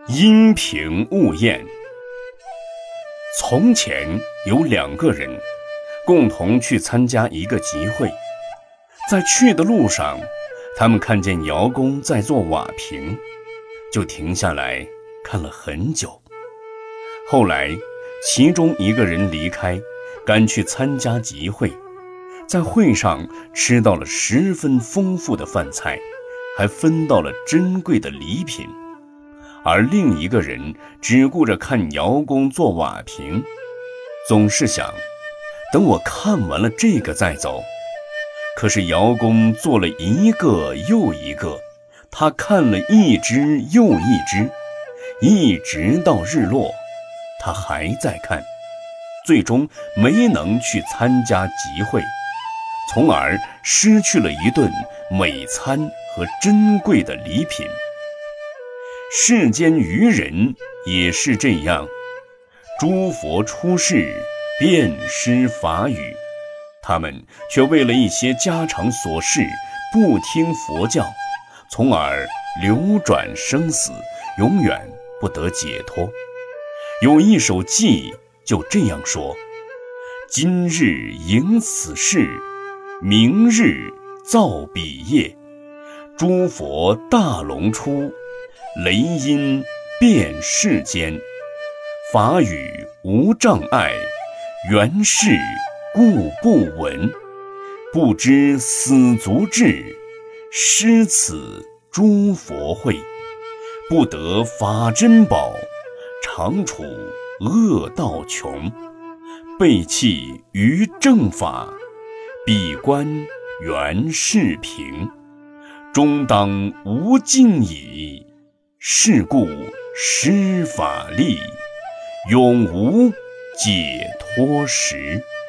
阴平物验。从前有2个人共同去参加一个集会，在去的路上，他们看见窑工在做瓦瓶，就停下来看了很久。后来其中一个人离开，赶去参加集会，在会上吃到了十分丰富的饭菜，还分到了珍贵的礼品。而另一个人只顾着看窑工做瓦瓶，总是想等我看完了这个再走。可是窑工做了一个又一个，他看了一只又一只，一直到日落，他还在看，最终没能去参加集会，从而失去了一顿美餐和珍贵的礼品。世间愚人也是这样，诸佛出世，遍施法语，他们却为了一些家常琐事不听佛教，从而流转生死，永远不得解脱。有一首偈就这样说：今日迎此事，明日造彼业，诸佛大龙出，雷音遍世间，法语无障碍，原是故不闻，不知死足至，失此诸佛会，不得法珍宝，常处恶道穷，背弃于正法，闭关原是平，终当无尽矣，是故施法力，永无解脱时。